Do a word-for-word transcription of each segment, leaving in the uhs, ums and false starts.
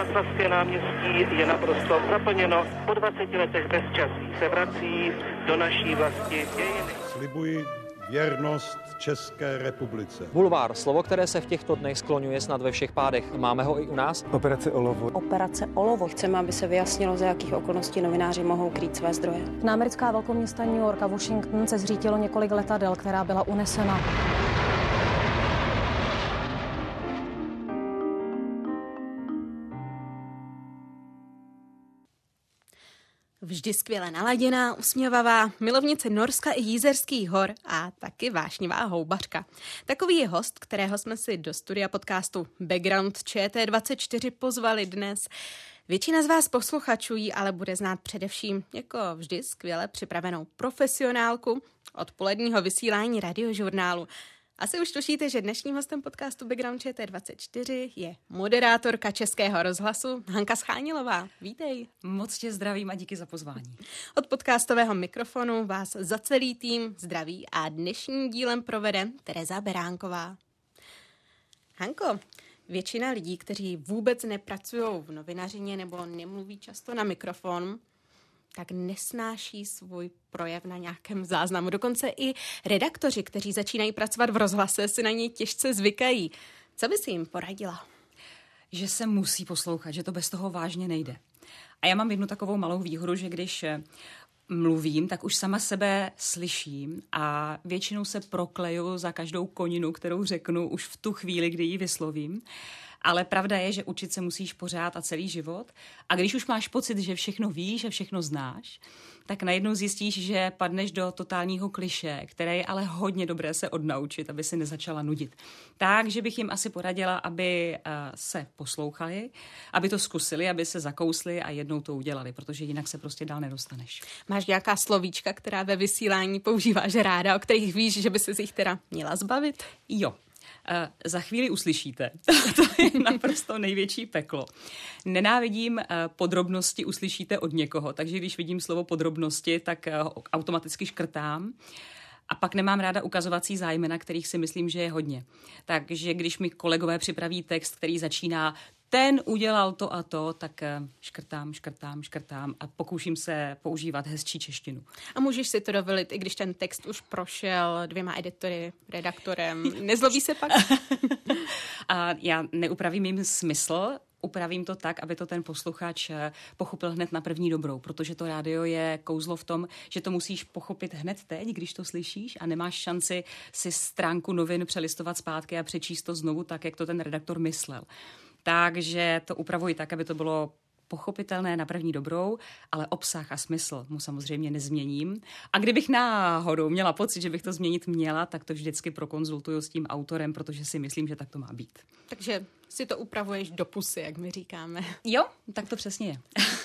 Václavské náměstí je naprosto zaplněno. Po dvaceti letech bezčasí se vrací do naší vlasti dějiny. Slibuji věrnost České republice. Bulvár, slovo, které se v těchto dnech skloňuje snad ve všech pádech. Máme ho i u nás? Operace Olovo. Operace Olovo. Chceme, aby se vyjasnilo, za jakých okolností novináři mohou krýt své zdroje. Na americká velkoměsta New York a Washington se zřítilo několik letadel, která byla unesena. Vždy skvěle naladěná, usměvavá, milovnice Norska i Jízerských hor a taky vášnivá houbařka. Takový je host, kterého jsme si do studia podcastu Background Č T dvacet čtyři pozvali dnes. Většina z vás posluchačů jí ale bude znát především jako vždy skvěle připravenou profesionálku odpoledního vysílání radiožurnálu. Asi už tušíte, že dnešním hostem podcastu Background Č T dvacet čtyři je moderátorka Českého rozhlasu Hanka Schánilová. Vítej. Moc tě zdravím a díky za pozvání. Od podcastového mikrofonu vás za celý tým zdraví a dnešním dílem provede Tereza Beránková. Hanko, většina lidí, kteří vůbec nepracují v novinařině nebo nemluví často na mikrofon, tak nesnáší svůj projev na nějakém záznamu. Dokonce i redaktoři, kteří začínají pracovat v rozhlase, si na něj těžce zvykají. Co by si jim poradila? Že se musí poslouchat, že to bez toho vážně nejde. A já mám jednu takovou malou výhodu, že když mluvím, tak už sama sebe slyším a většinou se prokleju za každou koninu, kterou řeknu už v tu chvíli, kdy ji vyslovím. Ale pravda je, že učit se musíš pořád a celý život. A když už máš pocit, že všechno víš, že všechno znáš, tak najednou zjistíš, že padneš do totálního klišé, které je ale hodně dobré se odnaučit, aby si nezačala nudit. Takže bych jim asi poradila, aby se poslouchali, aby to zkusili, aby se zakousli a jednou to udělali, protože jinak se prostě dál nedostaneš. Máš nějaká slovíčka, která ve vysílání používáš ráda, o kterých víš, že by se jich teda měla zbavit? Jo. Uh, za chvíli uslyšíte. To je naprosto největší peklo. Nenávidím uh, podrobnosti, uslyšíte od někoho, takže když vidím slovo podrobnosti, tak uh, automaticky škrtám. A pak nemám ráda ukazovací zájmena, kterých si myslím, že je hodně. Takže když mi kolegové připraví text, který začíná ten udělal to a to, tak škrtám, škrtám, škrtám a pokouším se používat hezčí češtinu. A můžeš si to dovolit, i když ten text už prošel dvěma editory, redaktorem. Nezlobí se pak? A já neupravím jim smysl, upravím to tak, aby to ten posluchač pochopil hned na první dobrou, protože to rádio je kouzlo v tom, že to musíš pochopit hned teď, když to slyšíš a nemáš šanci si stránku novin přelistovat zpátky a přečíst to znovu tak, jak to ten redaktor myslel. Takže to upravuji tak, aby to bylo pochopitelné na první dobrou, ale obsah a smysl mu samozřejmě nezměním. A kdybych náhodou měla pocit, že bych to změnit měla, tak to vždycky prokonzultuju s tím autorem, protože si myslím, že tak to má být. Takže si to upravuješ do pusy, jak my říkáme. Jo, tak to přesně je.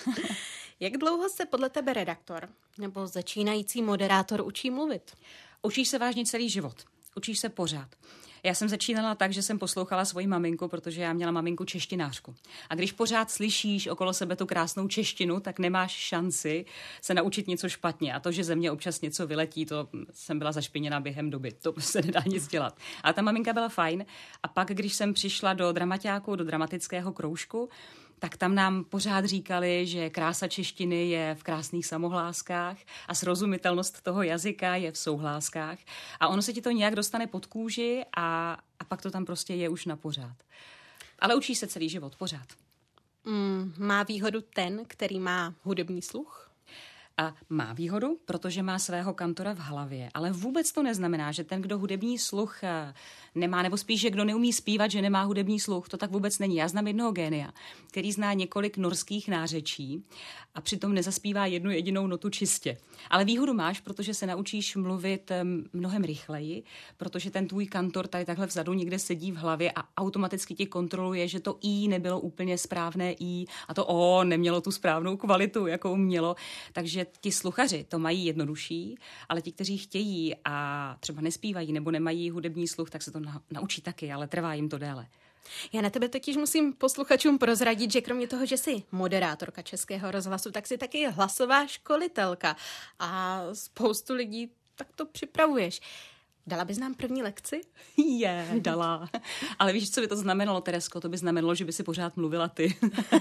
Jak dlouho se podle tebe redaktor nebo začínající moderátor učí mluvit? Učíš se vážně celý život. Učíš se pořád. Já jsem začínala tak, že jsem poslouchala svoji maminku, protože já měla maminku češtinářku. A když pořád slyšíš okolo sebe tu krásnou češtinu, tak nemáš šanci se naučit něco špatně. A to, že ze mě občas něco vyletí, to jsem byla zašpiněná během doby. To se nedá nic dělat. A ta maminka byla fajn. A pak, když jsem přišla do dramaťáku, do dramatického kroužku, tak tam nám pořád říkali, že krása češtiny je v krásných samohláskách a srozumitelnost toho jazyka je v souhláskách. A ono se ti to nějak dostane pod kůži a, a pak to tam prostě je už na pořád. Ale učí se celý život pořád. Mm, má výhodu ten, který má hudební sluch? A má výhodu, protože má svého kantora v hlavě, ale vůbec to neznamená, že ten, kdo hudební sluch nemá, nebo spíš, že kdo neumí zpívat, že nemá hudební sluch, to tak vůbec není. Já znám jednoho génia, který zná několik norských nářečí a přitom nezaspívá jednu jedinou notu čistě. Ale výhodu máš, protože se naučíš mluvit mnohem rychleji, protože ten tvůj kantor tady takhle vzadu někde sedí v hlavě a automaticky ti kontroluje, že to i nebylo úplně správné i a to o nemělo tu správnou kvalitu, jakou mělo. Takže ti sluchaři to mají jednodušší, ale ti, kteří chtějí a třeba nespívají nebo nemají hudební sluch, tak se to na, naučí taky, ale trvá jim to déle. Já na tebe totiž musím posluchačům prozradit, že kromě toho, že jsi moderátorka Českého rozhlasu, tak jsi taky hlasová školitelka a spoustu lidí tak to připravuješ. Dala bys nám první lekci? Je, dala. Ale víš, co by to znamenalo, Teresko? To by znamenalo, že by si pořád mluvila ty.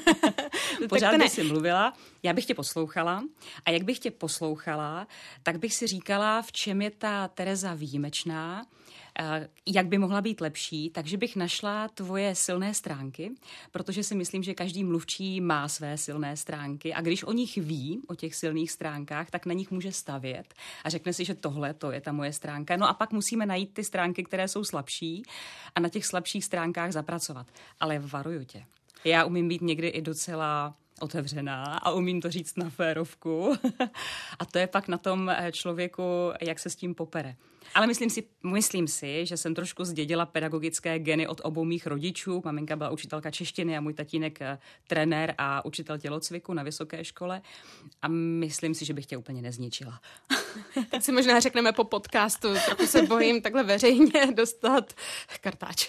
Pořád by si mluvila, já bych tě poslouchala. A jak bych tě poslouchala, tak bych si říkala, v čem je ta Tereza výjimečná, jak by mohla být lepší, takže bych našla tvoje silné stránky, protože si myslím, že každý mluvčí má své silné stránky a když o nich ví, o těch silných stránkách, tak na nich může stavět a řekne si, že tohle to je ta moje stránka. No a pak musíme najít ty stránky, které jsou slabší a na těch slabších stránkách zapracovat. Ale varuju tě. Já umím být někdy i docela otevřená a umím to říct na férovku. A to je pak na tom člověku, jak se s tím popere. Ale myslím si, myslím si, že jsem trošku zdědila pedagogické geny od obou mých rodičů. Maminka byla učitelka češtiny a můj tatínek trenér a učitel tělocviku na vysoké škole. A myslím si, že bych tě úplně nezničila. Tak si možná řekneme po podcastu, trochu se bojím takhle veřejně dostat kartáč.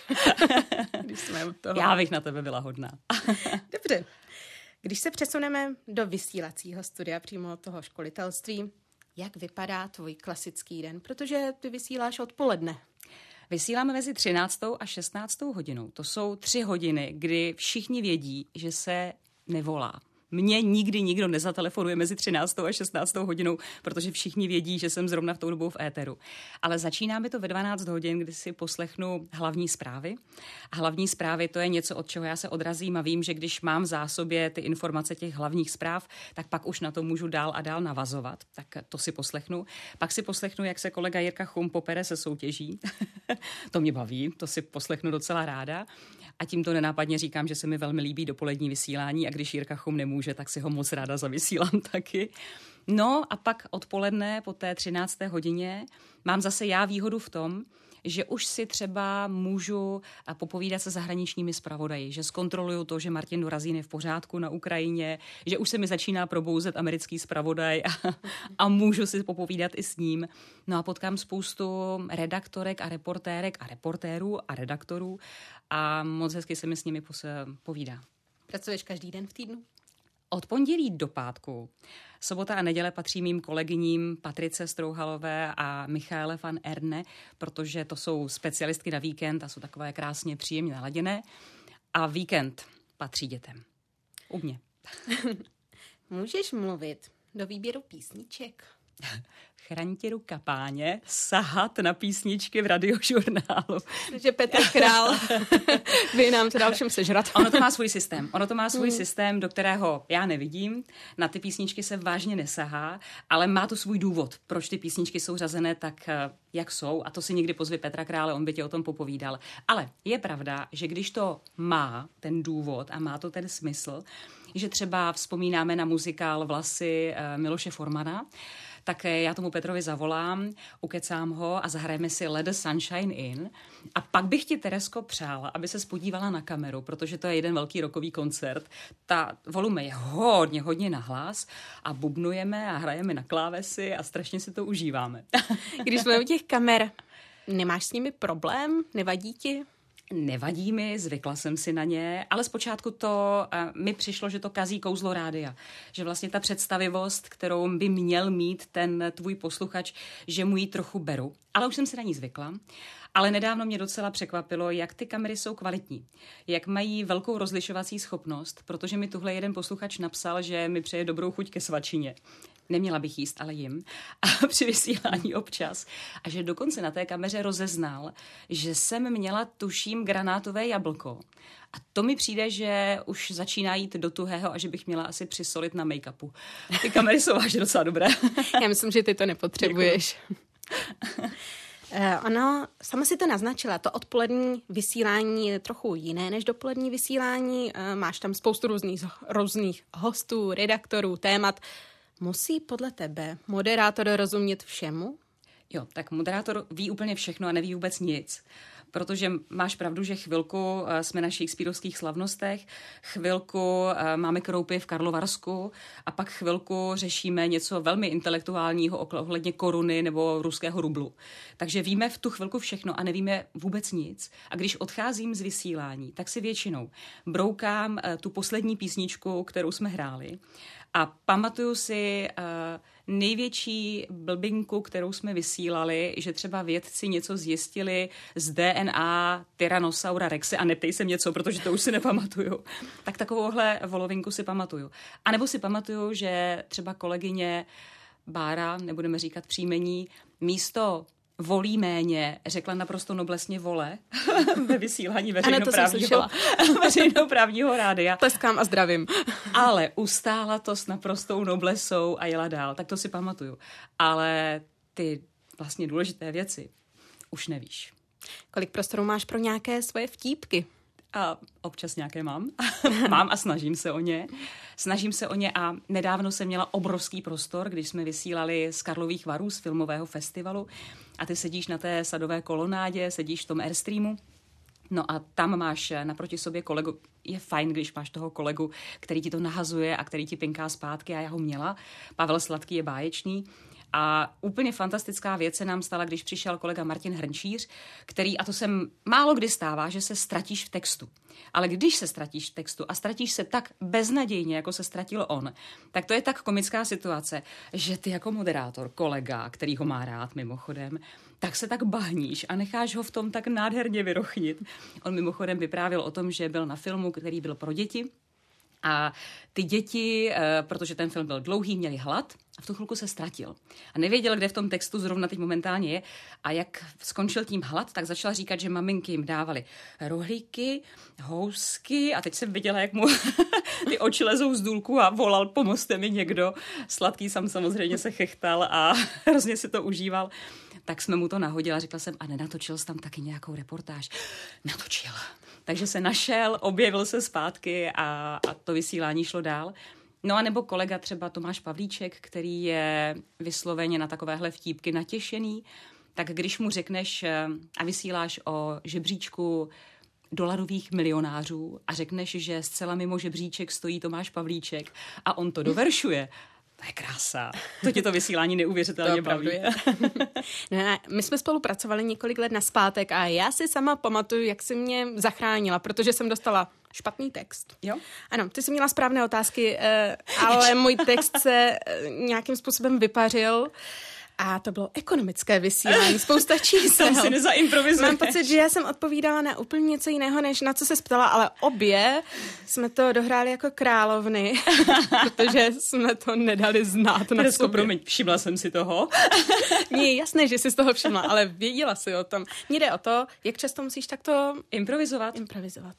Když jsme u toho. Já bych na tebe byla hodná. Dobře. Když se přesuneme do vysílacího studia přímo od toho školitelství, jak vypadá tvůj klasický den? Protože ty vysíláš odpoledne. Vysíláme mezi třináctou a šestnáctou hodinou. To jsou tři hodiny, kdy všichni vědí, že se nevolá. Mně nikdy nikdo nezatelefonuje mezi třináctou a šestnáctou hodinou, protože všichni vědí, že jsem zrovna v tou dobou v éteru. Ale začínáme to ve dvanáct hodin, kdy si poslechnu hlavní zprávy. A hlavní zprávy to je něco, od čeho já se odrazím a vím, že když mám v zásobě ty informace těch hlavních zpráv, tak pak už na to můžu dál a dál navazovat. Tak to si poslechnu. Pak si poslechnu, jak se kolega Jirka Chum popere se soutěží. To mě baví, to si poslechnu docela ráda. A tímto nenápadně říkám, že se mi velmi líbí dopolední vysílání a když Jirka Chum nemůže, tak si ho moc ráda zavysílám taky. No a pak odpoledne po té třinácté hodině mám zase já výhodu v tom, že už si třeba můžu popovídat se zahraničními zpravodaji, že zkontroluju to, že Martin Dorazín je v pořádku na Ukrajině, že už se mi začíná probouzet americký zpravodaj a, a můžu si popovídat i s ním. No a potkám spoustu redaktorek a reportérek a reportérů a redaktorů a moc hezky se mi s nimi povídá. Pracuješ každý den v týdnu? Od pondělí do pátku. Sobota a neděle patří mým kolegyním Patrice Strouhalové a Michaele van Erne, protože to jsou specialistky na víkend a jsou takové krásně příjemně naladěné. A víkend patří dětem. U mě. Můžeš mluvit do výběru písniček? Chraň ruka, páně, sahat na písničky v radiožurnálu. Že Petr Král by nám to dal všem sežrat. Ono to má svůj systém. Ono to má svůj mm. systém, do kterého já nevidím. Na ty písničky se vážně nesahá, ale má to svůj důvod, proč ty písničky jsou řazené tak, jak jsou. A to si někdy pozvi Petra Krále, on by tě o tom popovídal. Ale je pravda, že když to má ten důvod a má to ten smysl, že třeba vzpomínáme na muzikál Vlasy Miloše Formana, tak já tomu Petrovi zavolám, ukecám ho a zahrajeme si Let the Sunshine In. A pak bych ti, Teresko, přála, aby se spodívala na kameru, protože to je jeden velký rockový koncert. Ta volume je hodně, hodně nahlas a bubnujeme a hrajeme na klávesy a strašně si to užíváme. Když jsme u těch kamer, nemáš s nimi problém? Nevadí ti? Nevadí mi, zvykla jsem si na ně, ale zpočátku to uh, mi přišlo, že to kazí kouzlo rádia. Že vlastně ta představivost, kterou by měl mít ten tvůj posluchač, že mu ji trochu beru. Ale už jsem si na ní zvykla. Ale nedávno mě docela překvapilo, jak ty kamery jsou kvalitní. Jak mají velkou rozlišovací schopnost, protože mi tuhle jeden posluchač napsal, že mi přeje dobrou chuť ke svačině. Neměla bych jíst, ale jim. A při vysílání občas. A že dokonce na té kameře rozeznal, že jsem měla, tuším, granátové jablko. A to mi přijde, že už začíná jít do tuhého a že bych měla asi přisolit na make-upu. Ty kamery jsou vážně docela dobré. Já myslím, že ty to nepotřebuješ. Ono, sama si to naznačila, to odpolední vysílání je trochu jiné než dopolední vysílání. Máš tam spoustu různých, různých hostů, redaktorů, témat. Musí podle tebe moderátor rozumět všemu? Jo, tak moderátor ví úplně všechno a neví vůbec nic. protože máš pravdu, že chvilku jsme na shakespearovských slavnostech, chvilku máme kroupy v Karlovarsku a pak chvilku řešíme něco velmi intelektuálního ohledně koruny nebo ruského rublu. Takže víme v tu chvilku všechno a nevíme vůbec nic. A když odcházím z vysílání, tak si většinou broukám tu poslední písničku, kterou jsme hráli a pamatuju si uh, největší blbinku, kterou jsme vysílali, že třeba vědci něco zjistili z D N A Tyrannosaura rexe a neptej se mě co, protože to už si nepamatuju. Tak takovouhle volovinku si pamatuju. A nebo si pamatuju, že třeba kolegyně Bára, nebudeme říkat příjmení, místo volí méně, řekla naprosto noblesně vole ve vysílání veřejnoprávního, veřejnoprávního rádia. Tleskám a zdravím. Ale ustála to s naprostou noblesou a jela dál. Tak to si pamatuju. Ale ty vlastně důležité věci už nevíš. Kolik prostoru máš pro nějaké svoje vtípky? A občas nějaké mám. Mám a snažím se o ně. Snažím se o ně a nedávno jsem měla obrovský prostor, když jsme vysílali z Karlových Varů, z filmového festivalu a ty sedíš na té sadové kolonádě, sedíš v tom Airstreamu. No a tam máš naproti sobě kolegu. Je fajn, když máš toho kolegu, který ti to nahazuje a který ti pinká zpátky a já ho měla. Pavel Sladký je báječný. A úplně fantastická věc se nám stala, když přišel kolega Martin Hrnčíř, který, a to se málo kdy stává, že se ztratíš v textu. Ale když se ztratíš v textu a ztratíš se tak beznadějně, jako se ztratil on, tak to je tak komická situace, že ty jako moderátor, kolega, který ho má rád mimochodem, tak se tak bahníš a necháš ho v tom tak nádherně vyrochnit. On mimochodem vyprávěl o tom, že byl na filmu, který byl pro děti, a ty děti, protože ten film byl dlouhý, měli hlad a v tu chvilku se ztratil. A nevěděl, kde v tom textu zrovna teď momentálně je. A jak skončil tím hlad, tak začala říkat, že maminky jim dávaly rohlíky, housky a teď jsem viděla, jak mu ty oči lezou z důlku a volal, pomozte mi někdo. Sladký sam samozřejmě se chechtal a hrozně si to užíval. Tak jsme mu to nahodili a řekla jsem, a nenatočil jsi tam taky nějakou reportáž? Natočil. Takže se našel, objevil se zpátky a, a to vysílání šlo dál. No a nebo kolega třeba Tomáš Pavlíček, který je vysloveně na takovéhle vtípky natěšený, tak když mu řekneš a vysíláš o žebříčku dolarových milionářů a řekneš, že zcela mimo žebříček stojí Tomáš Pavlíček a on to doveršuje, to je krása. To ti to vysílání neuvěřitelně baví. Ne, my jsme spolupracovali několik let nazpátek a já si sama pamatuju, jak jsi mě zachránila, protože jsem dostala špatný text. Jo? Ano, ty jsi měla správné otázky, ale můj text se nějakým způsobem vypařil. A to bylo ekonomické vysílání, spousta čísel. Tam si nezaimprovizuješ. Mám pocit, že já jsem odpovídala na úplně něco jiného, než na co se ptala, ale obě jsme to dohráli jako královny, protože jsme to nedali znát na sobě. Promiň, všimla jsem si toho. Mně je jasné, že jsi z toho všimla, ale věděla jsi o tom. Mně jde o to, jak často musíš takto improvizovat. improvizovat.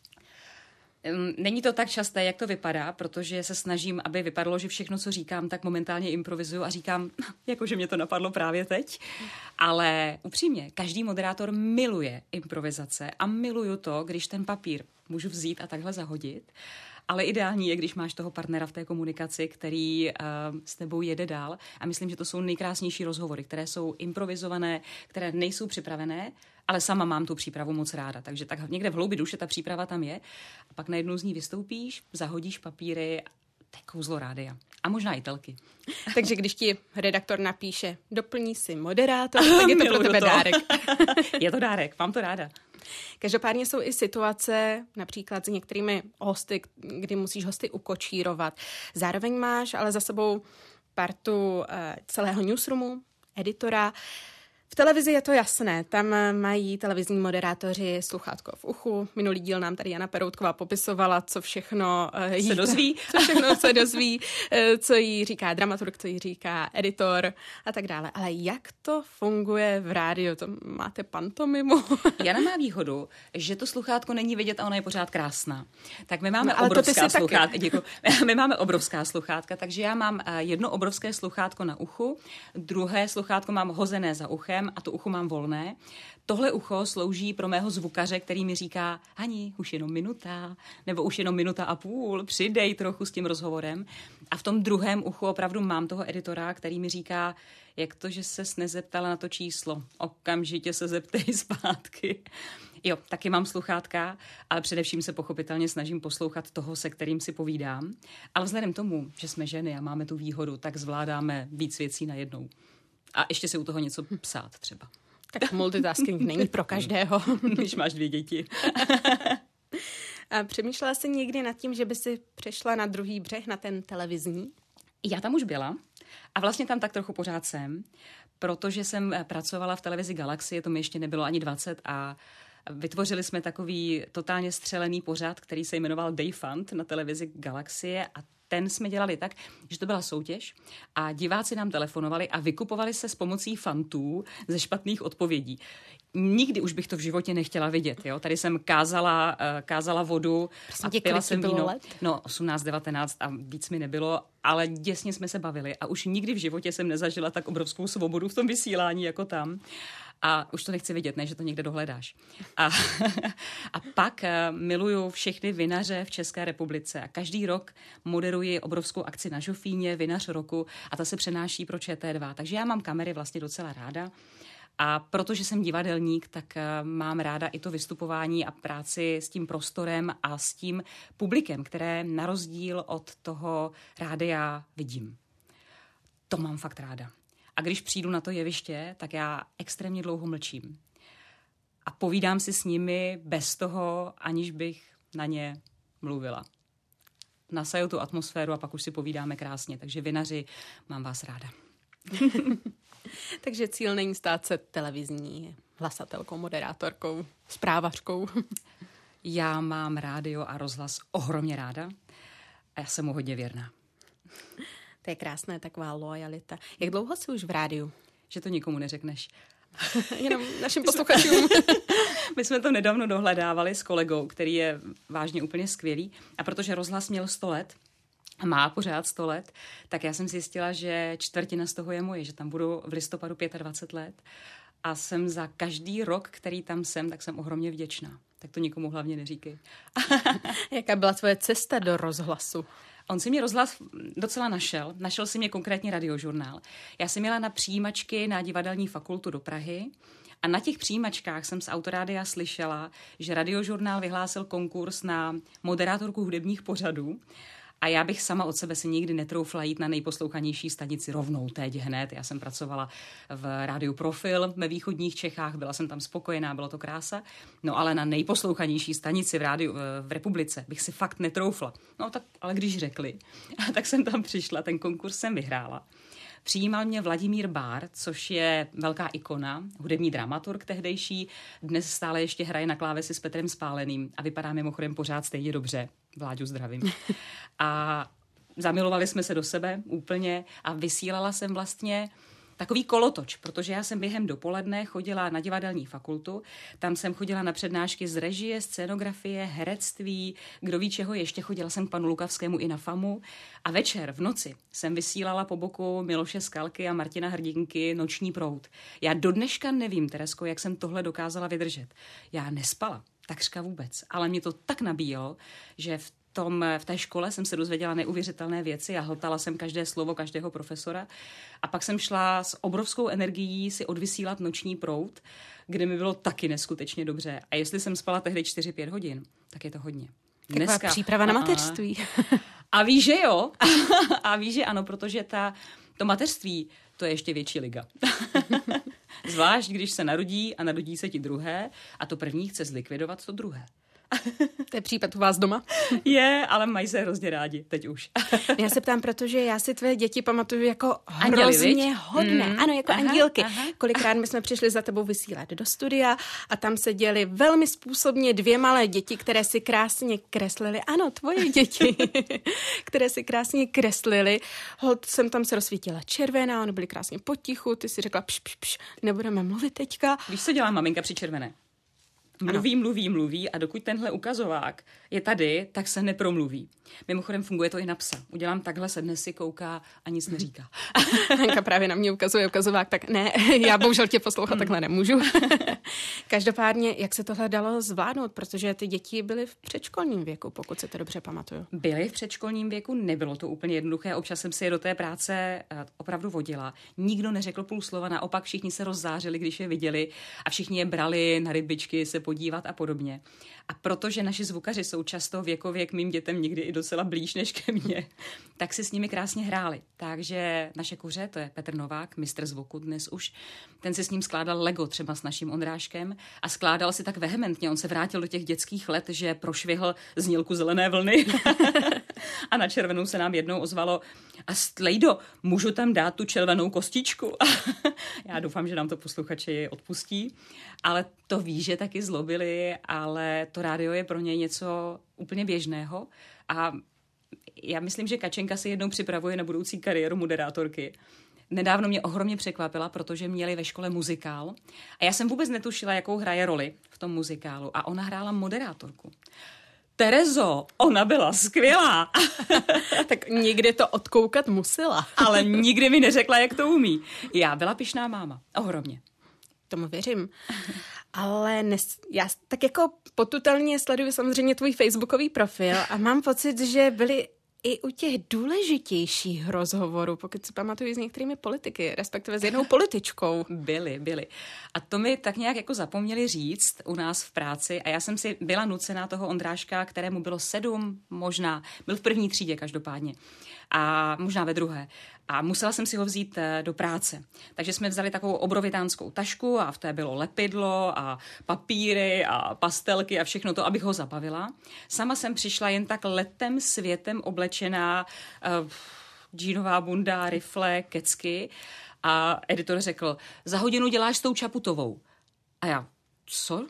Není to tak časté, jak to vypadá, protože se snažím, aby vypadalo, že všechno, co říkám, tak momentálně improvizuju a říkám, jakože mě to napadlo právě teď. Ale upřímně, každý moderátor miluje improvizace a miluju to, když ten papír můžu vzít a takhle zahodit. Ale ideální je, když máš toho partnera v té komunikaci, který uh, s tebou jede dál. A myslím, že to jsou nejkrásnější rozhovory, které jsou improvizované, které nejsou připravené, ale sama mám tu přípravu moc ráda. Takže tak někde v hloubi duše ta příprava tam je. A pak najednou z ní vystoupíš, zahodíš papíry, to je kouzlo rádia. A možná i telky. Takže když ti redaktor napíše, doplní si moderátor, tak je to pro tebe to. dárek. Je to dárek, mám to ráda. Každopádně jsou i situace, například s některými hosty, kdy musíš hosty ukočírovat. Zároveň máš ale za sebou partu celého newsroomu, editora. V televizi je to jasné, tam mají televizní moderátoři sluchátko v uchu. Minulý díl nám tady Jana Peroutková popisovala, co všechno se dozví, co všechno se dozví, co jí říká dramaturg, co jí říká editor a tak dále. Ale jak to funguje v rádiu? To máte pantomimu? Jana má výhodu, že to sluchátko není vidět a ona je pořád krásná. Tak my máme no, obrovská sluchátka. Děkuji. My máme obrovská sluchátka, takže já mám jedno obrovské sluchátko na uchu, druhé sluchátko mám hozené za uchem uchem a to ucho mám volné. Tohle ucho slouží pro mého zvukaře, který mi říká, Hani, už jenom minuta, nebo už jenom minuta a půl, přidej trochu s tím rozhovorem. A v tom druhém uchu opravdu mám toho editora, který mi říká, jak to, že ses nezeptala na to číslo. Okamžitě se zeptej zpátky. Jo, taky mám sluchátka, ale především se pochopitelně snažím poslouchat toho, se kterým si povídám. Ale vzhledem tomu, že jsme ženy a máme tu výhodu, tak zvládáme víc věcí najednou. A ještě si u toho něco psát třeba. Tak multitasking není pro každého. Když máš dvě děti. A přemýšlela jsi někdy nad tím, že by si přešla na druhý břeh, na ten televizní? Já tam už byla a vlastně tam tak trochu pořád jsem, protože jsem pracovala v televizi Galaxie, to mi ještě nebylo ani dvacet a vytvořili jsme takový totálně střelený pořad, který se jmenoval Day Fund na televizi Galaxie a ten jsme dělali tak, že to byla soutěž a diváci nám telefonovali a vykupovali se s pomocí fantů ze špatných odpovědí. Nikdy už bych to v životě nechtěla vidět. Jo? Tady jsem kázala, kázala vodu Prosím a tě, pila jsem víno. Let? No, osmnáct, devatenáct a víc mi nebylo, ale děsně jsme se bavili a už nikdy v životě jsem nezažila tak obrovskou svobodu v tom vysílání jako tam. A už to nechci vidět, ne, že to někde dohledáš. A, a pak uh, miluju všechny vinaře v České republice a každý rok moderuji obrovskou akci na Žofíně, Vinař roku a ta se přenáší pro Č T dva. Takže já mám kamery vlastně docela ráda a protože jsem divadelník, tak uh, mám ráda i to vystupování a práci s tím prostorem a s tím publikem, které na rozdíl od toho rádia vidím. To mám fakt ráda. A když přijdu na to jeviště, tak já extrémně dlouho mlčím. A povídám si s nimi bez toho, aniž bych na ně mluvila. Nasaju tu atmosféru a pak už si povídáme krásně. Takže vinaři, mám vás ráda. Takže cíl není stát se televizní hlasatelkou, moderátorkou, zprávařkou. Já mám rádio a rozhlas ohromně ráda a já jsem mu hodně věrná. To je krásné, taková loajalita. Jak dlouho jsi už v rádiu? Že to nikomu neřekneš. Jenom našim posluchačům. My jsme to nedávno dohledávali s kolegou, který je vážně úplně skvělý. A protože rozhlas měl sto let, a má pořád sto let, tak já jsem zjistila, že čtvrtina z toho je moje, že tam budu v listopadu dvacet pět let. A jsem za každý rok, který tam jsem, tak jsem ohromně vděčná. Tak to nikomu hlavně neříkej. Jaká byla tvoje cesta do rozhlasu? On si mě rozhlas docela našel. Našel si mě konkrétně Radiožurnál. Já jsem měla na přijímačky na divadelní fakultu do Prahy a na těch přijímačkách jsem z autorádia slyšela, že Radiožurnál vyhlásil konkurs na moderátorku hudebních pořadů. A já bych sama od sebe si nikdy netroufla jít na nejposlouchanější stanici rovnou teď hned. Já jsem pracovala v rádiu Profil ve východních Čechách, byla jsem tam spokojená, bylo to krása. No ale na nejposlouchanější stanici v rádiu v republice bych si fakt netroufla. No tak, ale když řekli, tak jsem tam přišla, ten konkurs jsem vyhrála. Přijímal mě Vladimír Bár, což je velká ikona, hudební dramaturg tehdejší. Dnes stále ještě hraje na klávesi s Petrem Spáleným a vypadá mimochodem pořád stejně dobře. Vláďu, zdravím. A zamilovali jsme se do sebe úplně a vysílala jsem vlastně takový kolotoč, protože já jsem během dopoledne chodila na divadelní fakultu, tam jsem chodila na přednášky z režie, scénografie, herectví, kdo ví čeho, ještě chodila jsem k panu Lukavskému i na FAMu a večer v noci jsem vysílala po boku Miloše Skalky a Martina Hrdinky Noční proud. Já do dneška nevím, Teresko, jak jsem tohle dokázala vydržet. Já nespala, takřka vůbec, ale mě to tak nabíjelo, že v Tom, v té škole jsem se dozvěděla neuvěřitelné věci a hltala jsem každé slovo každého profesora. A pak jsem šla s obrovskou energií si odvysílat Noční proud, kde mi bylo taky neskutečně dobře. A jestli jsem spala tehdy čtyři pět hodin, tak je to hodně. Taková Dneska, příprava na mateřství. A víš, že jo? A víš, že ano, protože ta, to mateřství, to je ještě větší liga. Zvlášť, když se narodí a narodí se ti druhé a to první chce zlikvidovat to druhé. To je případ u vás doma? Je, ale mají se hrozně rádi, teď už. Já se ptám, protože já si tvé děti pamatuju jako Anděli, hrozně viď? hodné. Mm. Ano, jako aha, andílky. Aha. Kolikrát my jsme přišli za tebou vysílat do studia a tam seděly velmi způsobně dvě malé děti, které si krásně kreslily. Ano, tvoje děti, které si krásně kreslily. Hod jsem tam se rozsvítila červená, oni byli krásně potichu, ty si řekla pš, pš, pš, nebudeme mluvit teďka. Víš, co dělá maminka při červené? Mluví, ano. mluví, mluví a dokud tenhle ukazovák je tady, tak se nepromluví. Mimochodem funguje to i na psa. Udělám takhle, sedne si, kouká a nic neříká. Hanka právě na mě ukazuje ukazovák, tak ne, já bohužel tě poslouchat takhle nemůžu. Každopádně, jak se tohle dalo zvládnout, protože ty děti byly v předškolním věku, pokud si to dobře pamatuju. Byly v předškolním věku, nebylo to úplně jednoduché, občas jsem si je do té práce opravdu vodila. Nikdo neřekl půl slova, naopak všichni se rozzářili, když je viděli a všichni je brali na rybičky se podívat a podobně. A protože naši zvukaři jsou často věkově k mým dětem někdy i docela blíž než ke mně, tak si s nimi krásně hráli. Takže naše kuře, to je Petr Novák, mistr zvuku dnes už, ten si s ním skládal Lego třeba s naším Ondráškem a skládal si tak vehementně, on se vrátil do těch dětských let, že prošvihl znělku Zelené vlny a na červenou se nám jednou ozvalo: a Stlejdo, můžu tam dát tu červenou kostičku? Já doufám, že nám to posluchači odpustí, ale to ví, že taky zlobili, ale to rádio je pro ně něco úplně běžného a já myslím, že Kačenka si jednou připravuje na budoucí kariéru moderátorky. Nedávno mě ohromně překvapila, protože měli ve škole muzikál a já jsem vůbec netušila, jakou hraje roli v tom muzikálu a ona hrála moderátorku. Terezo, ona byla skvělá. Tak někde to odkoukat musela. Ale nikdy mi neřekla, jak to umí. Já byla pyšná máma. Ohromně. Tomu věřím. Ale nes, já tak jako potutelně sleduju samozřejmě tvůj facebookový profil a mám pocit, že byly i u těch důležitějších rozhovorů, pokud si pamatuju s některými politiky, respektive s jednou političkou. Byly, byly. A to mi tak nějak jako zapomněli říct u nás v práci a já jsem si byla nucená toho Ondráška, kterému bylo sedm, možná, byl v první třídě každopádně a možná ve druhé. A musela jsem si ho vzít do práce. Takže jsme vzali takovou obrovitánskou tašku a v té bylo lepidlo a papíry a pastelky a všechno to, abych ho zabavila. Sama jsem přišla jen tak letem světem oblečená, uh, džínová bunda, rifle, kecky a editor řekl: za hodinu děláš s tou Čaputovou. A já, co?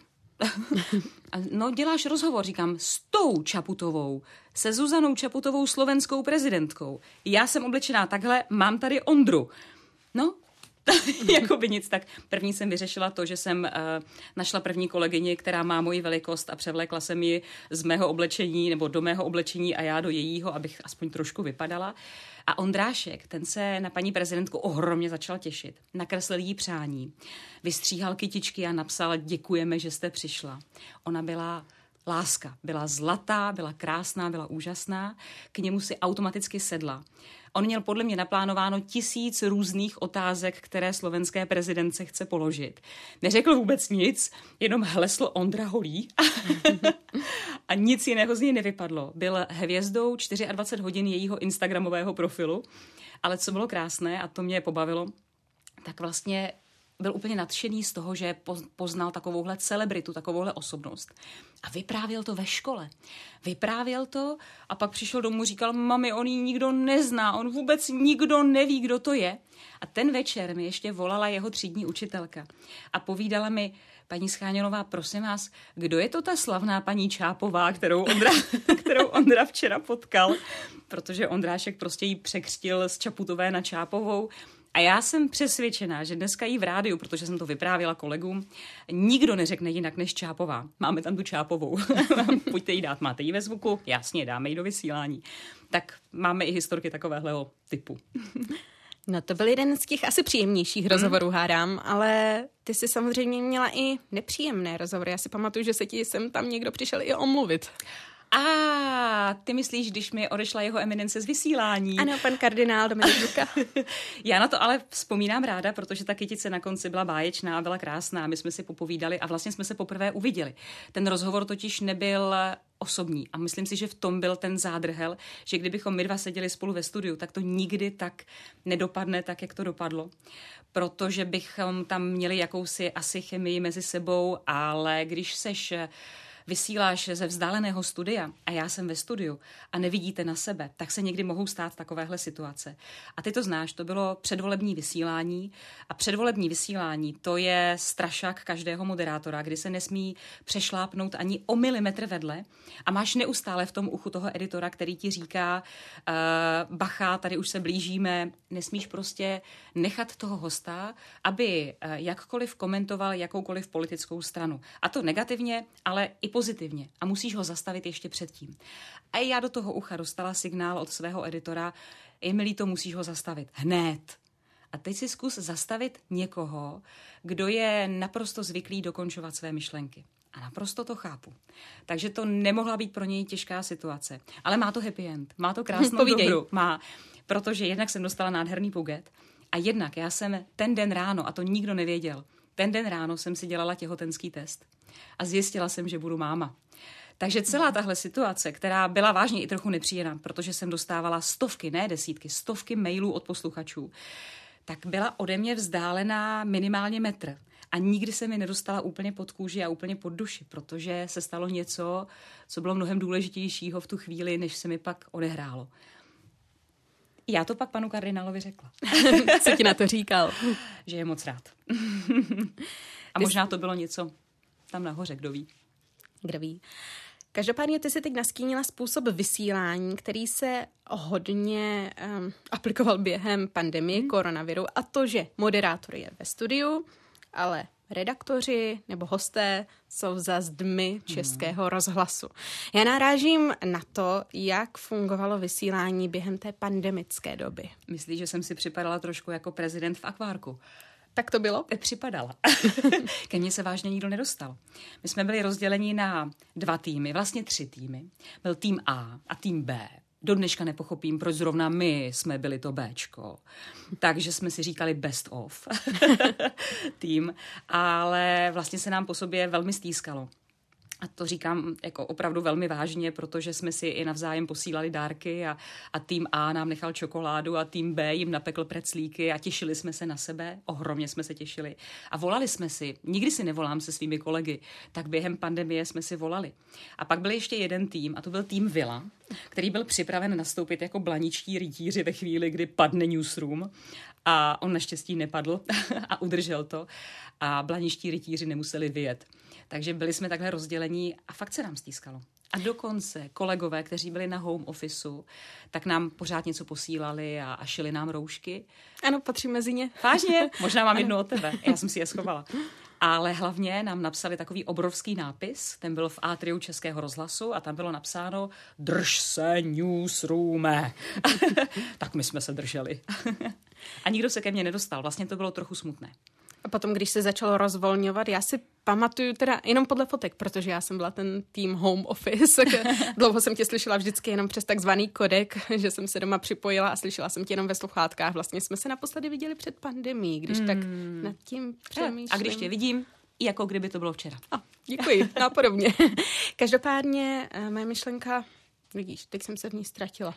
No, děláš rozhovor, říkám, s tou Čaputovou, se Zuzanou Čaputovou, slovenskou prezidentkou. Já jsem oblečená takhle, mám tady Ondru. No, jako by nic, tak první jsem vyřešila to, že jsem uh, našla první kolegyni, která má moji velikost a převlékla jsem ji z mého oblečení nebo do mého oblečení a já do jejího, abych aspoň trošku vypadala. A Ondrášek, ten se na paní prezidentku ohromně začal těšit. Nakreslil jí přání, vystříhal kytičky a napsal: děkujeme, že jste přišla. Ona byla láska, byla zlatá, byla krásná, byla úžasná, k němu si automaticky sedla. On měl podle mě naplánováno tisíc různých otázek, které slovenské prezidentce chce položit. Neřekl vůbec nic, jenom hlesl Ondra holí a nic jiného z něj nevypadlo. Byl hvězdou dvacet čtyři hodin jejího instagramového profilu, ale co bylo krásné a to mě pobavilo, tak vlastně byl úplně nadšený z toho, že poznal takovouhle celebritu, takovouhle osobnost. A vyprávěl to ve škole. Vyprávěl to a pak přišel domů, říkal: mami, on ji nikdo nezná, on vůbec nikdo neví, kdo to je. A ten večer mi ještě volala jeho třídní učitelka a povídala mi: paní Schánělová, prosím vás, kdo je to ta slavná paní Čápová, kterou Ondra, kterou Ondra včera potkal? Protože Ondrášek prostě jí překřtil z Čaputové na Čápovou. A já jsem přesvědčená, že dneska jí v rádiu, protože jsem to vyprávěla kolegům, nikdo neřekne jinak než Čápová. Máme tam tu Čápovou. Pojďte jí dát, máte ji ve zvuku? Jasně, dáme ji do vysílání. Tak máme i historky takovéhleho typu. No to byl jeden z těch asi příjemnějších rozhovorů, hádám, ale ty jsi samozřejmě měla i nepříjemné rozhovory. Já si pamatuju, že se ti sem tam někdo přišel i omluvit. A ty myslíš, když mi odešla jeho eminence z vysílání? Ano, pan kardinál Dominik Duka. Já na to ale vzpomínám ráda, protože ta kytice na konci byla báječná, byla krásná, my jsme si popovídali a vlastně jsme se poprvé uviděli. Ten rozhovor totiž nebyl osobní a myslím si, že v tom byl ten zádrhel, že kdybychom my dva seděli spolu ve studiu, tak to nikdy tak nedopadne, tak jak to dopadlo. Protože bychom tam měli jakousi asi chemii mezi sebou, ale když seš vysíláš ze vzdáleného studia a já jsem ve studiu a nevidíte na sebe, tak se někdy mohou stát takovéhle situace. A ty to znáš, to bylo předvolební vysílání a předvolební vysílání to je strašák každého moderátora, kdy se nesmí přešlápnout ani o milimetr vedle a máš neustále v tom uchu toho editora, který ti říká uh, bacha, tady už se blížíme, nesmíš prostě nechat toho hosta, aby uh, jakkoliv komentoval jakoukoliv politickou stranu. A to negativně, ale i pozitivně. A musíš ho zastavit ještě předtím. A já do toho ucha dostala signál od svého editora, je milý, to musíš ho zastavit. Hned. A teď si zkus zastavit někoho, kdo je naprosto zvyklý dokončovat své myšlenky. A naprosto to chápu. Takže to nemohla být pro něj těžká situace. Ale má to happy end. Má to krásnou dohru. Má, protože jednak jsem dostala nádherný puget a jednak já jsem ten den ráno, a to nikdo nevěděl, ten den ráno jsem si dělala těhotenský test a zjistila jsem, že budu máma. Takže celá tahle situace, která byla vážně i trochu nepříjemná, protože jsem dostávala stovky, ne desítky, stovky mailů od posluchačů, tak byla ode mě vzdálená minimálně metr. A nikdy se mi nedostala úplně pod kůži a úplně pod duši, protože se stalo něco, co bylo mnohem důležitějšího v tu chvíli, než se mi pak odehrálo. Já to pak panu kardinálovi řekla. Co ti na to říkal? Že je moc rád. A možná to bylo něco tam nahoře, kdo ví. Kdo ví. Každopádně ty si teď nastínila způsob vysílání, který se hodně um, aplikoval během pandemie hmm. koronaviru, a to, že moderátor je ve studiu, ale redaktoři nebo hosté jsou za zdmi Českého hmm. rozhlasu. Já narážím na to, jak fungovalo vysílání během té pandemické doby. Myslíš, že jsem si připadala trošku jako prezident v akvárku? Tak to bylo? Připadala. Ke mně se vážně nikdo nedostal. My jsme byli rozděleni na dva týmy, vlastně tři týmy. Byl tým A a tým B. Do dneška nepochopím, proč zrovna my jsme byli to Béčko. Takže jsme si říkali best of tým, ale vlastně se nám po sobě velmi stýskalo. A to říkám jako opravdu velmi vážně, protože jsme si i navzájem posílali dárky a, a tým A nám nechal čokoládu a tým B jim napekl preclíky a těšili jsme se na sebe, ohromně jsme se těšili. A volali jsme si, nikdy si nevolám se svými kolegy, tak během pandemie jsme si volali. A pak byl ještě jeden tým a to byl tým Vila, který byl připraven nastoupit jako blaničtí rytíři ve chvíli, kdy padne newsroom. A on naštěstí nepadl a udržel to. A blaničtí rytíři nemuseli vyjet. Takže byli jsme takhle rozdělení a fakt se nám stýskalo. A dokonce kolegové, kteří byli na home officeu, tak nám pořád něco posílali a, a šili nám roušky. Ano, patří mezi ně. Vážně? Možná mám jednu od tebe. Já jsem si je schovala. Ale hlavně nám napsali takový obrovský nápis, ten byl v atriu Českého rozhlasu a tam bylo napsáno drž se newsroome. Tak my jsme se drželi. A nikdo se ke mně nedostal. Vlastně to bylo trochu smutné. A potom, když se začalo rozvolňovat, já si pamatuju teda jenom podle fotek, protože já jsem byla ten tým home office. Dlouho jsem tě slyšela vždycky jenom přes takzvaný kodek, že jsem se doma připojila a slyšela jsem tě jenom ve sluchátkách. Vlastně jsme se naposledy viděli před pandemií, když hmm. tak nad tím přemýšlím. A když tě vidím, jako kdyby to bylo včera. A, děkuji, no podobně. Každopádně moje myšlenka, vidíš, teď jsem se v ní ztratila.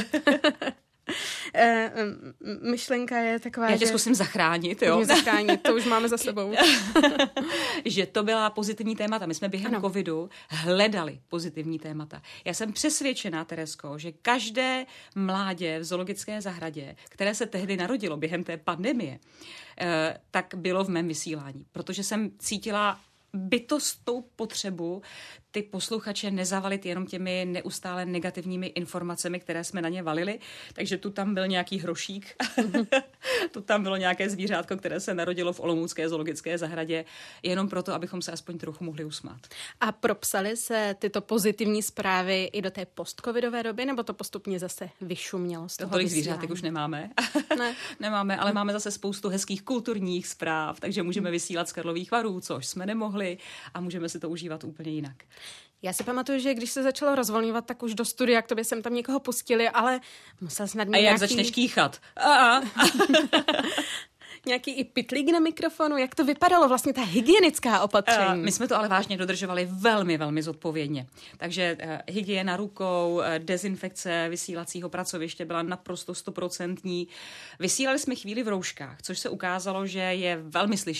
E, myšlenka je taková, Já tě že... zkusím zachránit, jo? Mě zachránit, to už máme za sebou. Že to byla pozitivní témata. My jsme během ano. covidu hledali pozitivní témata. Já jsem přesvědčená, Teresko, že každé mládě v zoologické zahradě, které se tehdy narodilo během té pandemie, e, tak bylo v mém vysílání. Protože jsem cítila bytostou potřebu ty posluchače nezavalit jenom těmi neustále negativními informacemi, které jsme na ně valili. Takže tu tam byl nějaký hrošík, tu tam bylo nějaké zvířátko, které se narodilo v olomoucké zoologické zahradě, jenom proto, abychom se aspoň trochu mohli usmát. A propsaly se tyto pozitivní zprávy i do té postcovidové doby, nebo to postupně zase vyšumělo z toho Tolik vysílání? zvířátek už nemáme. Ne. Nemáme, ale máme zase spoustu hezkých kulturních zpráv, takže můžeme vysílat z Karlových Varů, což jsme nemohli, a můžeme si to užívat úplně jinak. Já si pamatuju, že když se začalo rozvolňovat, tak už do studia k tobě jsem tam někoho pustili, ale musel snad mít A jak nějaký... začneš kýchat? A nějaký i pitlík na mikrofonu, jak to vypadalo, vlastně ta hygienická opatření? My jsme to ale vážně dodržovali velmi, velmi zodpovědně. Takže uh, hygiena rukou, uh, dezinfekce vysílacího pracoviště byla naprosto stoprocentní. Vysílali jsme chvíli v rouškách, což se ukázalo, že je velmi slyšet.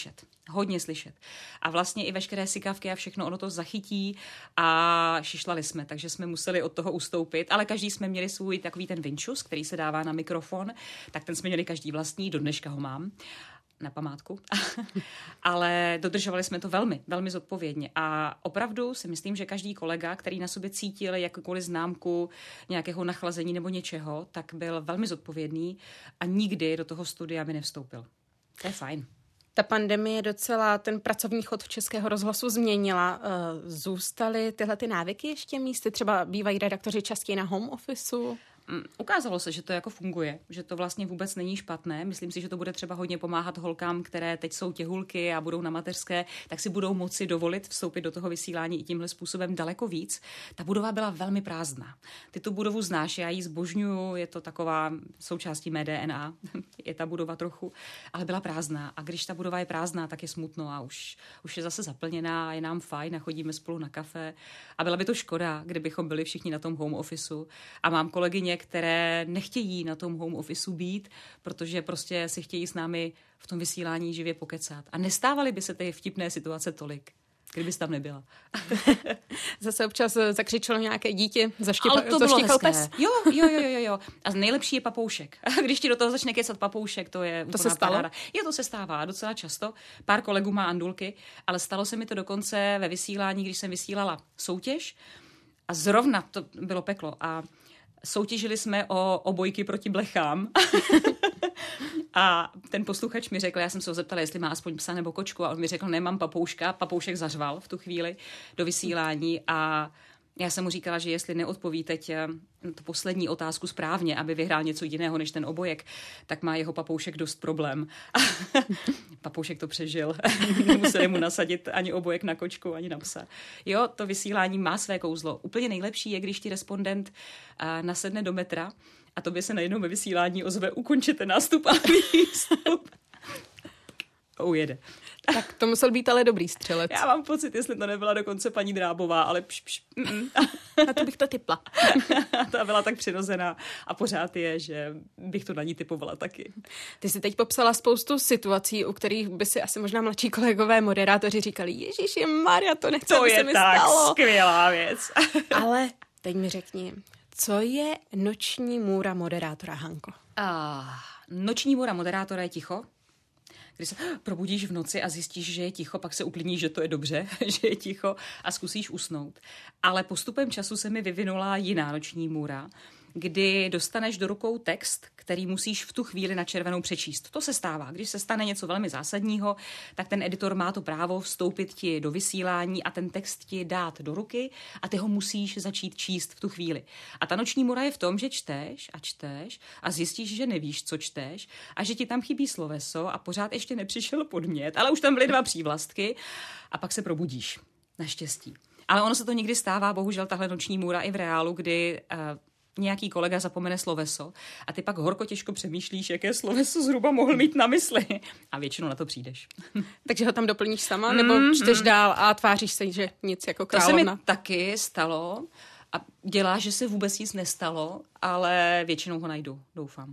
Hodně slyšet. A vlastně i veškeré sykavky a všechno ono to zachytí a šišlali jsme, takže jsme museli od toho ustoupit, ale každý jsme měli svůj takový ten vinčus, který se dává na mikrofon, tak ten jsme měli každý vlastní, do dneška ho mám na památku, ale dodržovali jsme to velmi, velmi zodpovědně a opravdu si myslím, že každý kolega, který na sobě cítil jakoukoliv známku nějakého nachlazení nebo něčeho, tak byl velmi zodpovědný a nikdy do toho studia mi nevstoupil. To je fajn. Ta pandemie docela ten pracovní chod v Českého rozhlasu změnila. Zůstaly tyhle ty návyky ještě místy? Třeba bývají redaktoři častěji na home officeu? Ukázalo se, že to jako funguje, že to vlastně vůbec není špatné. Myslím si, že to bude třeba hodně pomáhat holkám, které teď jsou těhulky a budou na mateřské, tak si budou moci dovolit vstoupit do toho vysílání i tímhle způsobem daleko víc. Ta budova byla velmi prázdná. Ty tu budovu znáš, já ji zbožňuju, je to taková součástí mé D N A, je ta budova trochu, ale byla prázdná. A když ta budova je prázdná, tak je smutno a už, už je zase zaplněná, je nám fajn a chodíme spolu na kafe. A byla by to škoda, kdybychom byli všichni na tom home officeu. A mám kolegyně, které nechtějí na tom home officeu být, protože prostě si chtějí s námi v tom vysílání živě pokecat. A nestávaly by se ty vtipné situace tolik, kdybys tam nebyla. Zase občas zakřičelo nějaké dítě, Ale to bylo hezké. Pes. Jo, jo, jo, jo, jo. A nejlepší je papoušek. Když ti do toho začne kecat papoušek, to je to se stalo? paráda. Jo, to se stává docela často. Pár kolegů má andulky, ale stalo se mi to dokonce ve vysílání, když jsem vysílala soutěž a zrovna to bylo peklo a soutěžili jsme o obojky proti blechám. A ten posluchač mi řekl, já jsem se ho zeptala, jestli má aspoň psa nebo kočku a on mi řekl, nemám papouška. Papoušek zařval v tu chvíli do vysílání a já jsem mu říkala, že jestli neodpoví teď tu poslední otázku správně, aby vyhrál něco jiného než ten obojek, tak má jeho papoušek dost problém. Papoušek to přežil. Nemuseli mu nasadit ani obojek na kočku, ani na psa. Jo, to vysílání má své kouzlo. Úplně nejlepší je, když ti respondent nasedne do metra a tobě se najednou ve vysílání ozve, ukončete nástup a výstup. Ujede. Tak to musel být ale dobrý střelec. Já mám pocit, jestli to nebyla dokonce paní Drábová, ale pš, pš, na to bych to tipla. Ta byla tak přirozená a pořád je, že bych to na ní typovala taky. Ty jsi teď popsala spoustu situací, u kterých by si asi možná mladší kolegové moderátoři říkali, Ježíši Maria, to nechci, to aby se mi stalo. To je tak skvělá věc. Ale teď mi řekni, co je noční můra moderátora, Hanko? Ah, noční můra moderátora je ticho. Když se probudíš v noci a zjistíš, že je ticho, pak se uklidníš, že to je dobře, že je ticho a zkusíš usnout. Ale postupem času se mi vyvinula jiná noční můra, kdy dostaneš do rukou text, který musíš v tu chvíli na červenou přečíst. To se stává. Když se stane něco velmi zásadního, tak ten editor má to právo vstoupit ti do vysílání a ten text ti dát do ruky a ty ho musíš začít číst v tu chvíli. A ta noční můra je v tom, že čteš a čteš a zjistíš, že nevíš, co čteš a že ti tam chybí sloveso a pořád ještě nepřišel podmět, ale už tam byly dva přívlastky a pak se probudíš. Naštěstí. Ale ono se to někdy stává, bohužel tahle noční můra i v reálu, kdy uh, nějaký kolega zapomene sloveso a ty pak horko těžko přemýšlíš, jaké sloveso zhruba mohl mít na mysli. A většinou na to přijdeš. Takže ho tam doplníš sama, nebo mm, čteš mm. dál a tváříš se, že nic jako královna? To se mi taky stalo a dělá, že se vůbec nic nestalo, ale většinou ho najdu, doufám.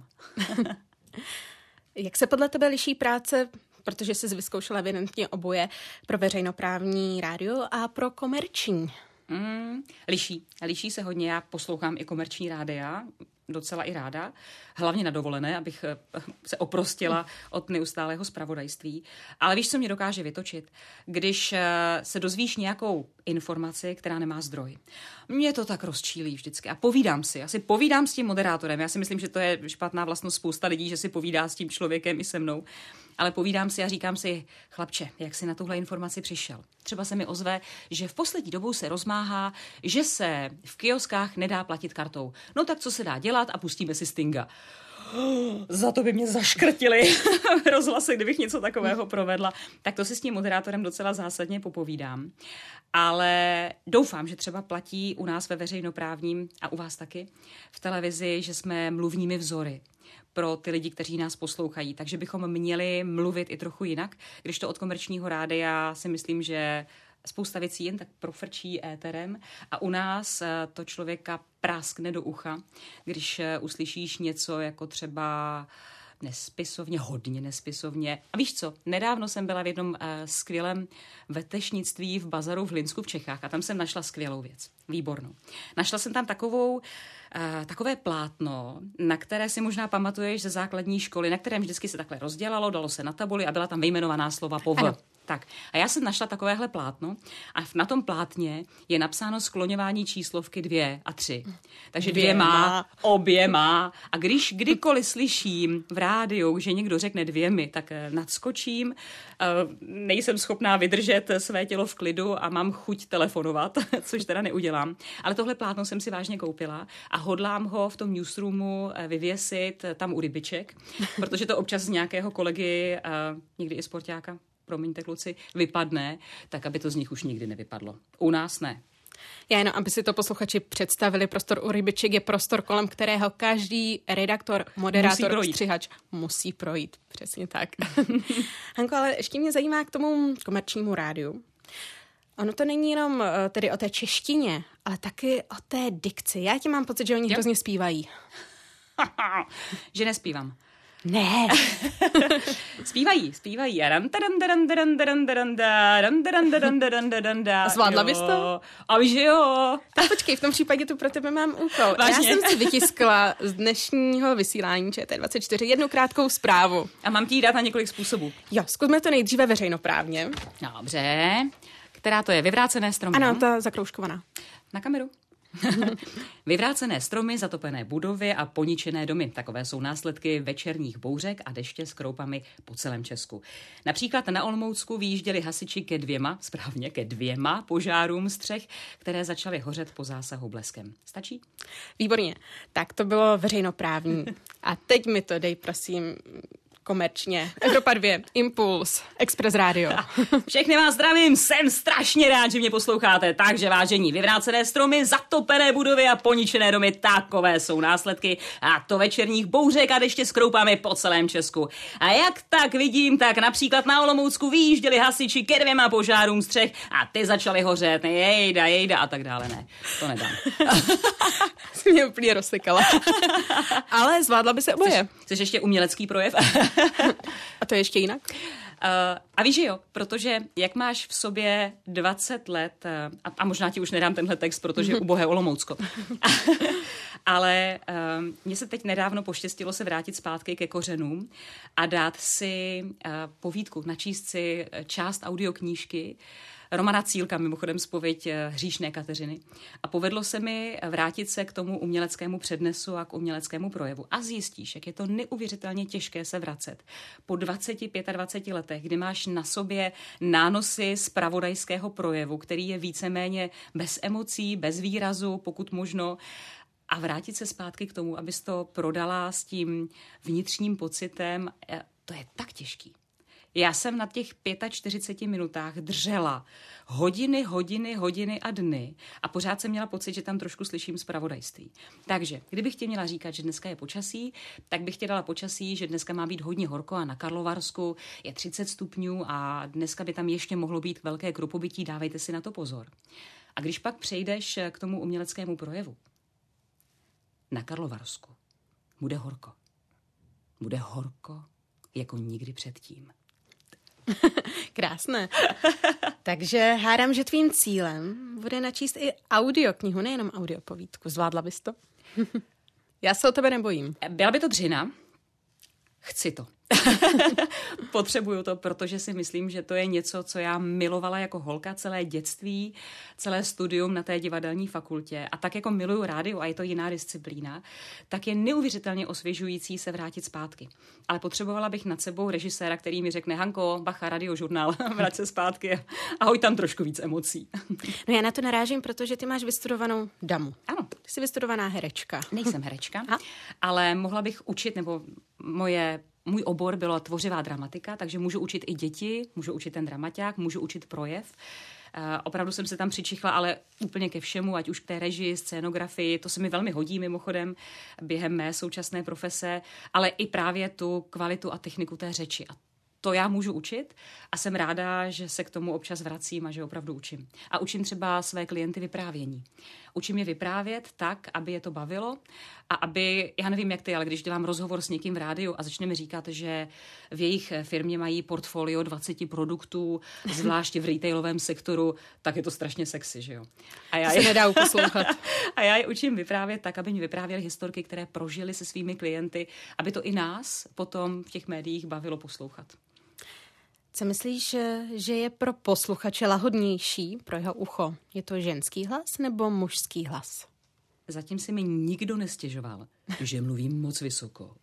Jak se podle tebe liší práce, protože jsi vyzkoušela evidentně oboje, pro veřejnoprávní rádio a pro komerční? Mm, liší. Liší se hodně. Já poslouchám i komerční rádia, docela i ráda, hlavně na dovolené, abych se oprostila od neustálého zpravodajství. Ale víš, co mě dokáže vytočit? Když se dozvíš nějakou informaci, která nemá zdroj. Mě to tak rozčílí vždycky. A povídám si. Já si povídám s tím moderátorem. Já si myslím, že to je špatná vlastnost spousta lidí, že si povídá s tím člověkem i se mnou. Ale povídám si a říkám si, chlapče, jak jsi na tuhle informaci přišel? Třeba se mi ozve, že v poslední dobou se rozmáhá, že se v kioskách nedá platit kartou. No tak co se dá dělat a pustíme si Stinga. Oh, za to by mě zaškrtili v rozhlase, kdybych něco takového provedla. Tak to si s tím moderátorem docela zásadně popovídám. Ale doufám, že třeba platí u nás ve veřejnoprávním a u vás taky v televizi, že jsme mluvními vzory pro ty lidi, kteří nás poslouchají. Takže bychom měli mluvit i trochu jinak. Když to od komerčního rádia si myslím, že spousta věcí jen tak profrčí éterem a u nás to člověka práskne do ucha, když uslyšíš něco jako třeba nespisovně, hodně nespisovně. A víš co, nedávno jsem byla v jednom uh, skvělém vetešnictví v bazaru v Hlinsku v Čechách a tam jsem našla skvělou věc. Výbornou. Našla jsem tam takovou, uh, takové plátno, na které si možná pamatuješ ze základní školy, na kterém vždycky se takhle rozdělalo, dalo se na tabuli a byla tam vyjmenovaná slova po V. Tak. A já jsem našla takovéhle plátno a na tom plátně je napsáno skloňování číslovky dvě a tři. Takže dvě má, obě má. A když kdykoliv slyším v rádiu, že někdo řekne dvěmi, tak nadskočím. Nejsem schopná vydržet své tělo v klidu a mám chuť telefonovat, což teda neudělám. Ale tohle plátno jsem si vážně koupila a hodlám ho v tom newsroomu vyvěsit tam u rybiček, protože to občas z nějakého kolegy, někdy i sportáka, promiňte kluci, vypadne, tak aby to z nich už nikdy nevypadlo. U nás ne. Já jenom, aby si to posluchači představili, prostor u rybiček je prostor, kolem kterého každý redaktor, moderátor, musí střihač musí projít. Přesně tak. Hanko, ale ještě mě zajímá k tomu komerčnímu rádiu. Ono to není jenom tedy o té češtině, ale taky o té dikci. Já tím mám pocit, že oni hrozně zpívají. Že nespívám. Ne. Zpívají, zpívají. Zvládla bys to? A víš, že jo. Tak počkej, v tom případě tu pro tebe mám úkol. Vážně? Já jsem si vytiskla z dnešního vysílání Č T dvacet čtyři jednu krátkou zprávu. A mám ti ji dát na několik způsobů. Jo, zkusme to nejdříve veřejnoprávně. Dobře. Která to je? Vyvrácené stromy? Ano, ta zakroužkovaná. Na kameru. Vyvrácené stromy, zatopené budovy a poničené domy. Takové jsou následky večerních bouřek a deště s kroupami po celém Česku. Například na Olomoucku vyjížděli hasiči ke dvěma, správně ke dvěma požárům střech, které začaly hořet po zásahu bleskem. Stačí? Výborně. Tak to bylo veřejnoprávní. A teď mi to dej, prosím, komerčně. Evropa dva, Impuls, Express Radio. Všechny vás zdravím, jsem strašně rád, že mě posloucháte. Takže vážení, vyvrácené stromy, zatopené budovy a poničené domy, takové jsou následky a to večerních bouřek a deště s kroupami po celém Česku. A jak tak vidím, tak například na Olomoucku vyjížděli hasiči ke dvěma požárům střech a ty začaly hořet, jejda, jejda a tak dále. Ne, to nedám. Jsi mě úplně rozsekala. Ale zvládla by se oboje. Chceš, chceš ještě umělecký projev? A to je ještě jinak? Uh, a víš, že jo, protože jak máš v sobě dvacet let, uh, a, a možná ti už nedám tenhle text, protože ubohé Olomoucko, ale uh, mně se teď nedávno poštěstilo se vrátit zpátky ke kořenům a dát si uh, povídku, načíst si část audioknížky Romana Cílka, mimochodem zpověď Hříšné Kateřiny. A povedlo se mi vrátit se k tomu uměleckému přednesu a k uměleckému projevu. A zjistíš, jak je to neuvěřitelně těžké se vracet. Po dvaceti, dvaceti pěti letech, kdy máš na sobě nánosy zpravodajského projevu, který je víceméně bez emocí, bez výrazu, pokud možno, a vrátit se zpátky k tomu, abys to prodala s tím vnitřním pocitem, to je tak těžký. Já jsem na těch čtyřiceti pěti minutách držela hodiny, hodiny, hodiny a dny a pořád jsem měla pocit, že tam trošku slyším zpravodajství. Takže, kdybych ti měla říkat, že dneska je počasí, tak bych ti dala počasí, že dneska má být hodně horko a na Karlovarsku je třicet stupňů a dneska by tam ještě mohlo být velké krupobytí, dávejte si na to pozor. A když pak přejdeš k tomu uměleckému projevu, na Karlovarsku bude horko. Bude horko jako nikdy předtím. Krásné. Takže hádám, že tvým cílem bude načíst i audioknihu, nejenom audiopovídku. Zvládla bys to? Já se o tebe nebojím. Byla by to dřina? Chci to. Potřebuju to, protože si myslím, že to je něco, co já milovala jako holka celé dětství, celé studium na té divadelní fakultě. A tak jako miluju rádio a je to jiná disciplína, tak je neuvěřitelně osvěžující se vrátit zpátky. Ale potřebovala bych nad sebou režiséra, který mi řekne: Hanko, bacha, radiožurnál, vrať se zpátky a hoď tam trošku víc emocí. No já na to narážím, protože ty máš vystudovanou damu. Ano. Ty jsi vystudovaná herečka. Nejsem herečka, Aha. ale mohla bych učit, nebo moje Můj obor byla tvořivá dramatika, takže můžu učit i děti, můžu učit ten dramaťák, můžu učit projev. Uh, opravdu jsem se tam přičichla, ale úplně ke všemu, ať už k té režii, scénografii, to se mi velmi hodí mimochodem během mé současné profese, ale i právě tu kvalitu a techniku té řeči. A to já můžu učit a jsem ráda, že se k tomu občas vracím a že opravdu učím. A učím třeba své klienty vyprávění. Učím je vyprávět tak, aby je to bavilo a aby, já nevím jak ty, ale když dělám rozhovor s někým v rádiu a začne mi říkat, že v jejich firmě mají portfolio dvacet produktů, zvláště v retailovém sektoru, tak je to strašně sexy, že jo. A já to se je... nedá uposlouchat. A já je učím vyprávět tak, aby mi vyprávěli historky, které prožili se svými klienty, aby to i nás potom v těch médiích bavilo poslouchat. Co myslíš, že je pro posluchače lahodnější pro jeho ucho? Je to ženský hlas nebo mužský hlas? Zatím si mi nikdo nestěžoval, že mluvím moc vysoko.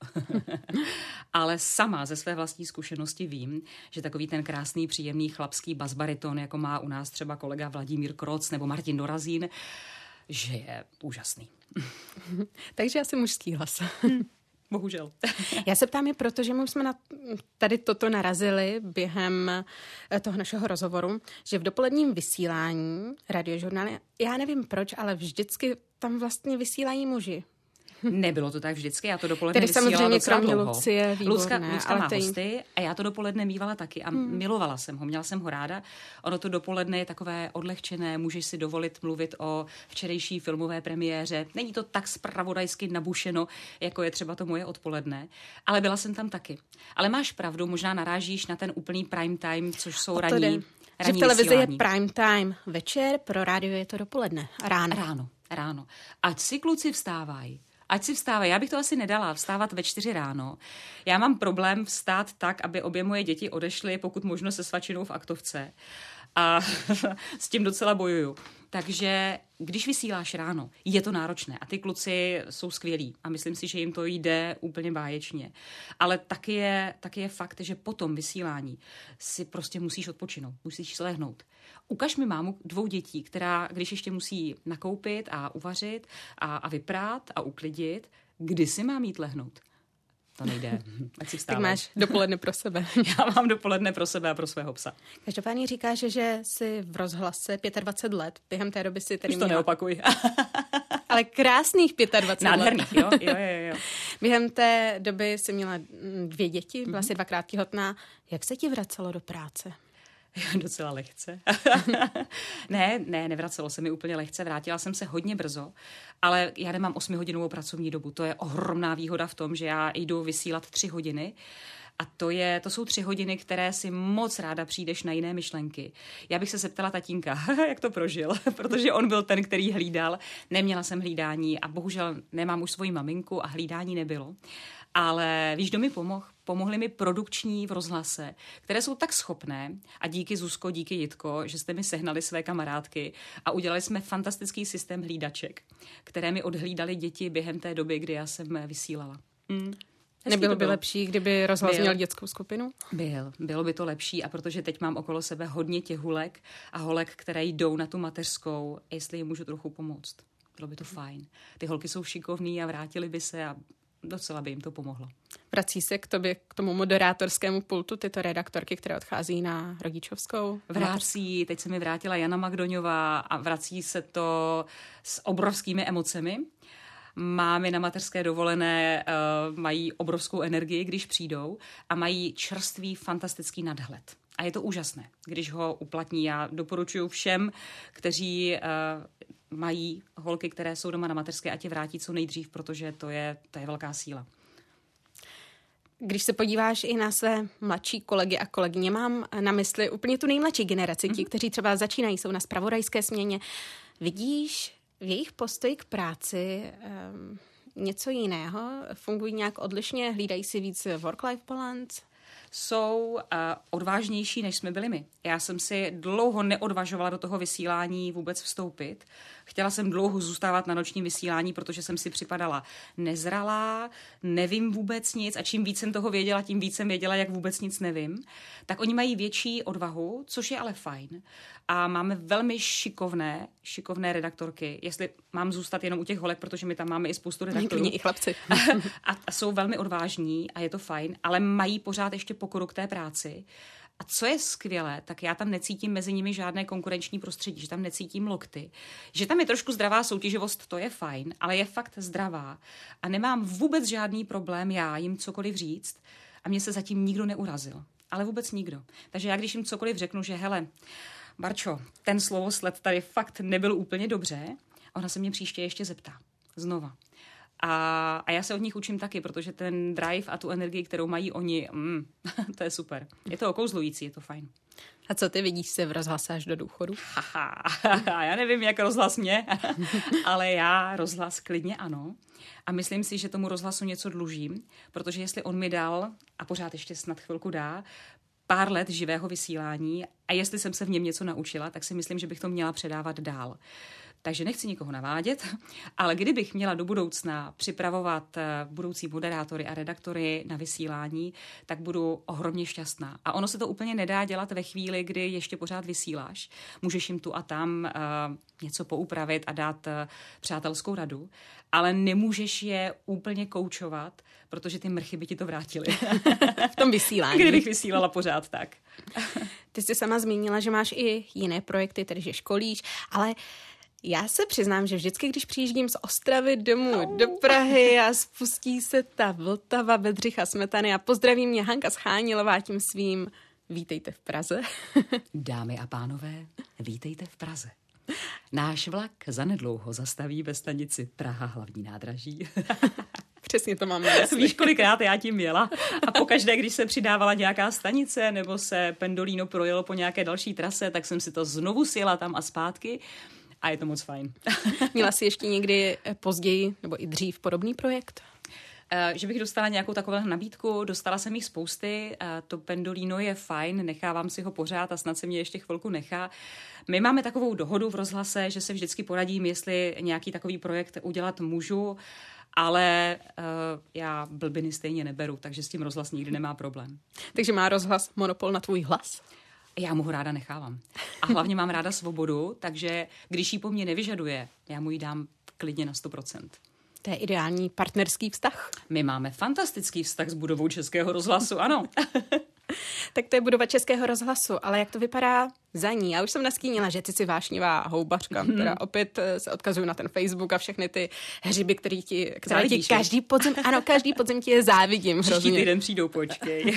Ale sama ze své vlastní zkušenosti vím, že takový ten krásný, příjemný chlapský basbariton, jako má u nás třeba kolega Vladimír Kroc nebo Martin Dorazín, že je úžasný. Takže asi mužský hlas. Bohužel. Já se ptám je proto, že my jsme na tady toto narazili během toho našeho rozhovoru, že v dopoledním vysílání radiožurnály, já nevím proč, ale vždycky tam vlastně vysílají muži. Nebylo to tak vždycky, já to dopoledne tedy vysílala docela dlouho. Lucie, výborné, Lucka, Lucka má tej... hosty a já to dopoledne mívala taky a hmm. milovala jsem ho, měla jsem ho ráda. Ono to dopoledne je takové odlehčené, můžeš si dovolit mluvit o včerejší filmové premiéře. Není to tak zpravodajsky nabušeno, jako je třeba to moje odpoledne, ale byla jsem tam taky. Ale máš pravdu, možná narážíš na ten úplný prime time, což jsou o ranní, ranní že v televizi vysílání. Je prime time večer, pro rádio je to dopoledne, ráno. Ráno, ráno. Ať si kluci vstávají. Ať si vstávají. Já bych to asi nedala, vstávat ve čtyři ráno. Já mám problém vstát tak, aby obě moje děti odešly, pokud možno se svačinou v aktovce. A s tím docela bojuju. Takže když vysíláš ráno, je to náročné a ty kluci jsou skvělí a myslím si, že jim to jde úplně báječně. Ale taky je, taky je fakt, že po tom vysílání si prostě musíš odpočinout, musíš slehnout. Ukaž mi mámu dvou dětí, která, když ještě musí nakoupit a uvařit a, a vyprát a uklidit, kdy si mám jít lehnout? To nejde. Ať si vstávají. Tak máš dopoledne pro sebe. Já mám dopoledne pro sebe a pro svého psa. Každopádně říkáš, že jsi v rozhlase dvacet pět let. Během té doby si tedy Už to měla... neopakuj. Ale krásných dvacet pět Nádherných, let. jo, jo, jo, jo. Během té doby jsi měla dvě děti, byla mm-hmm. si dvakrát těhotná. Jak se ti vracelo do práce? Docela lehce. ne, ne, nevracelo se mi úplně lehce, vrátila jsem se hodně brzo, ale já nemám osmihodinovou pracovní dobu. To je ohromná výhoda v tom, že já jdu vysílat tři hodiny a to, je, to jsou tři hodiny, které si moc ráda přijdeš na jiné myšlenky. Já bych se zeptala tatínka, jak to prožil, protože on byl ten, který hlídal. Neměla jsem hlídání a bohužel nemám už svoji maminku a hlídání nebylo. Ale víš, kdo mi pomohl? Pomohly mi produkční v rozhlase, které jsou tak schopné a díky Zuzko, díky Jitko, že jste mi sehnali své kamarádky a udělali jsme fantastický systém hlídaček, které mi odhlídali děti během té doby, kdy já jsem vysílala. Hmm. Nebylo by lepší, kdyby rozhlas měl dětskou skupinu? Byl, bylo by to lepší a protože teď mám okolo sebe hodně těhulek a holek, které jdou na tu mateřskou, jestli jim můžu trochu pomoct. Bylo by to fajn. Ty holky jsou šikovný a vrátili by se a docela by jim to pomohlo. Vrací se k tobě, k tomu moderátorskému pultu, tyto redaktorky, které odchází na rodičovskou? Vrací, teď se mi vrátila Jana Magdoňová a vrací se to s obrovskými emocemi. Mámy na mateřské dovolené uh, mají obrovskou energii, když přijdou a mají čerstvý, fantastický nadhled. A je to úžasné, když ho uplatní. Já doporučuji všem, kteří uh, mají holky, které jsou doma na mateřské, ať je vrátí co nejdřív, protože to je, to je velká síla. Když se podíváš i na své mladší kolegy a kolegyně, mám na mysli úplně tu nejmladší generaci, ti, kteří třeba začínají, jsou na zpravodajské směně. Vidíš v jejich postoji k práci um, něco jiného? Fungují nějak odlišně? Hlídají si víc work-life balance? Jsou uh, odvážnější, než jsme byli my. Já jsem si dlouho neodvažovala do toho vysílání vůbec vstoupit. Chtěla jsem dlouho zůstávat na nočním vysílání, protože jsem si připadala nezralá, nevím vůbec nic a čím víc jsem toho věděla, tím víc jsem věděla, jak vůbec nic nevím. Tak oni mají větší odvahu, což je ale fajn. A máme velmi šikovné, šikovné redaktorky. Jestli mám zůstat jenom u těch holek, protože my tam máme i spoustu redaktorů. I chlapci. a, a jsou velmi odvážní a je to fajn, ale mají pořád ještě pokoru k té práci. A co je skvělé, tak já tam necítím mezi nimi žádné konkurenční prostředí, že tam necítím lokty. Že tam je trošku zdravá soutěživost, to je fajn, ale je fakt zdravá. A nemám vůbec žádný problém já jim cokoliv říct a mě se zatím nikdo neurazil. Ale vůbec nikdo. Takže já když jim cokoliv řeknu, že hele, Barčo, ten slovosled tady fakt nebyl úplně dobře, Ona se mě příště ještě zeptá. Znova. A, a já se od nich učím taky, protože ten drive a tu energii, kterou mají oni, mm, to je super. Je to okouzlující, je to fajn. A co ty, vidíš se v rozhlase až do důchodu? Haha, já nevím, jak rozhlas mě, ale já rozhlas klidně ano. A myslím si, že tomu rozhlasu něco dlužím, protože jestli on mi dal, a pořád ještě snad chvilku dá, pár let živého vysílání a jestli jsem se v něm něco naučila, tak si myslím, že bych to měla předávat dál. Takže nechci nikoho navádět, ale kdybych měla do budoucna připravovat budoucí moderátory a redaktory na vysílání, tak budu ohromně šťastná. A ono se to úplně nedá dělat ve chvíli, kdy ještě pořád vysíláš. Můžeš jim tu a tam uh, něco poupravit a dát uh, přátelskou radu, ale nemůžeš je úplně koučovat, protože ty mrchy by ti to vrátily. V tom vysílání. Kdybych vysílala pořád tak. Ty jsi sama zmínila, že máš i jiné projekty, tedy že školíš, ale já se přiznám, že vždycky, když přijíždím z Ostravy domů oh. do Prahy a spustí se ta Vltava, Bedřich a Smetany a pozdraví mě Hanka Schánilová tím svým vítejte v Praze. Dámy a pánové, vítejte v Praze. Náš vlak zanedlouho zastaví ve stanici Praha hlavní nádraží. Přesně to mám na mysli. Víš, kolikrát já tím jela a pokaždé, když se přidávala nějaká stanice nebo se Pendolino projelo po nějaké další trase, tak jsem si to znovu sjela tam a zpátky. A je to moc fajn. Měla jsi ještě někdy později nebo i dřív podobný projekt? Uh, že bych dostala nějakou takovou nabídku, dostala jsem jich spousty, uh, to Pendolino je fajn, nechávám si ho pořád a snad se mě ještě chvilku nechá. My máme takovou dohodu v rozhlase, že se vždycky poradím, jestli nějaký takový projekt udělat můžu, ale uh, já blbiny stejně neberu, takže s tím rozhlas nikdy nemá problém. Takže má rozhlas monopol na tvůj hlas? Já mu ho ráda nechávám. A hlavně mám ráda svobodu, takže když ji po mně nevyžaduje, já mu ji dám klidně na sto procent. To je ideální partnerský vztah. My máme fantastický vztah s budovou Českého rozhlasu, ano. Tak to je budova Českého rozhlasu, ale jak to vypadá za ní? Já už jsem nastínila, že ty jsi vášnivá houbařka, hmm. která opět se odkazuju na ten Facebook a všechny ty hřiby, který ti, které ti každý podzim, ano, každý podzim ti je závidím hrozně. Příští týden přijdou, počkej.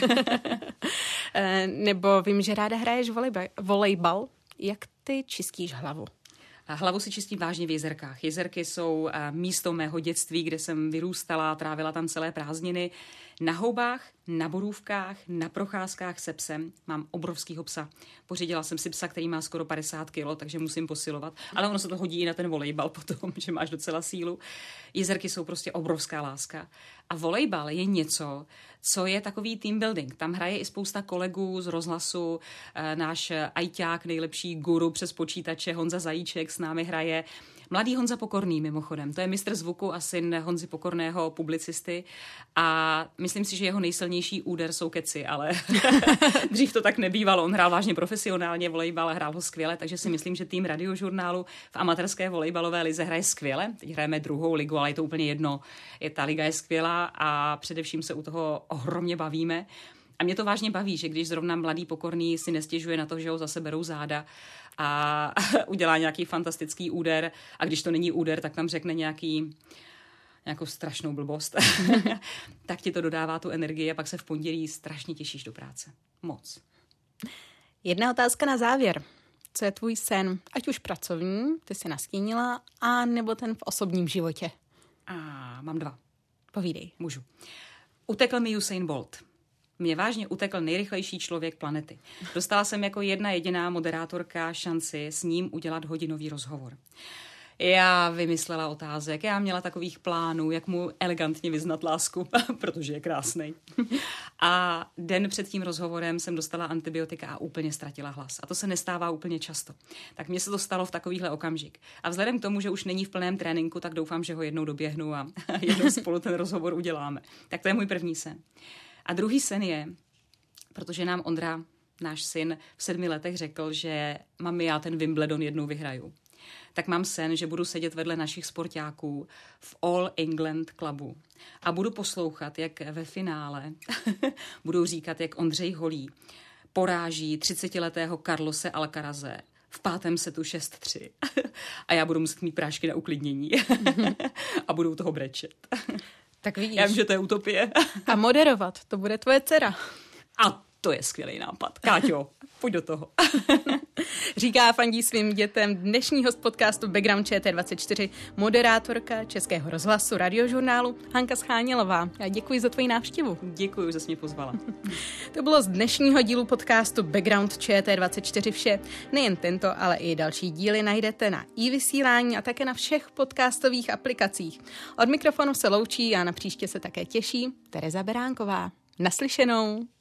Nebo vím, že ráda hraješ volejbal. volejbal. Jak ty čistíš hlavu? Hlavu si čistím vážně v jezerkách. Jezerky jsou místo mého dětství, kde jsem vyrůstala, trávila tam celé prázdniny. Na houbách, na borůvkách, na procházkách se psem. Mám obrovskýho psa. Pořídila jsem si psa, který má skoro padesát kilo, takže musím posilovat. Ale ono se to hodí i na ten volejbal potom, že máš docela sílu. Jezerky jsou prostě obrovská láska. A volejbal je něco, co je takový team building. Tam hraje i spousta kolegů z rozhlasu. Náš ajťák, nejlepší guru přes počítače, Honza Zajíček s námi hraje. Mladý Honza Pokorný mimochodem, to je mistr zvuku a syn Honzy Pokorného, publicisty a myslím si, že jeho nejsilnější úder jsou keci, ale dřív to tak nebývalo. On hrál vážně profesionálně volejbal a hrál ho skvěle, takže si myslím, že tým Radiožurnálu v amatérské volejbalové lize hraje skvěle. Teď hrajeme druhou ligu, ale je to úplně jedno. Je, ta liga je skvělá a především se u toho ohromně bavíme. A mě to vážně baví, že když zrovna mladý Pokorný si nestěžuje na to, že ho zase berou záda a udělá nějaký fantastický úder a když to není úder, tak tam řekne nějaký, nějakou strašnou blbost, tak ti to dodává tu energii a pak se v pondělí strašně těšíš do práce. Moc. Jedna otázka na závěr. Co je tvůj sen? Ať už pracovní, ty jsi nastínila, a nebo ten v osobním životě? A mám dva. Povídej. Můžu. Utekl mi Usain Bolt. Mě vážně utekl nejrychlejší člověk planety. Dostala jsem jako jedna jediná moderátorka šanci s ním udělat hodinový rozhovor. Já vymyslela otázek, já měla takových plánů, jak mu elegantně vyznat lásku, protože je krásnej. A den před tím rozhovorem jsem dostala antibiotika a úplně ztratila hlas. A to se nestává úplně často. Tak mně se to stalo v takovýhle okamžik. A vzhledem k tomu, že už není v plném tréninku, tak doufám, že ho jednou doběhnu a jednou spolu ten rozhovor uděláme. Tak to je můj první sen. A druhý sen je, protože nám Ondra, náš syn, v sedmi letech řekl, že mami, já ten Wimbledon jednou vyhraju. Tak mám sen, že budu sedět vedle našich sportáků v All England Clubu a budu poslouchat, jak ve finále budou říkat, jak Ondřej Holý poráží třicetiletého Carlose Alcaraze v pátém setu šest tři. A já budu muset mít prášky na uklidnění a budu u toho brečet. Tak vidíš. Já vím, že to je utopie. A moderovat, to bude tvoje dcera. A to je skvělý nápad. Káťo, pojď do toho. Říká fandí svým dětem dnešní host podcastu Background Č T dvacet čtyři, moderátorka Českého rozhlasu Radiožurnálu Hanka Schánělová. Já děkuji za tvoji návštěvu. Děkuji, že jsi mě pozvala. To bylo z dnešního dílu podcastu Background Č T dvacet čtyři vše. Nejen tento, ale i další díly najdete na iVysílání a také na všech podcastových aplikacích. Od mikrofonu se loučí a na příště se také těší Tereza Beránková. Naslyšenou.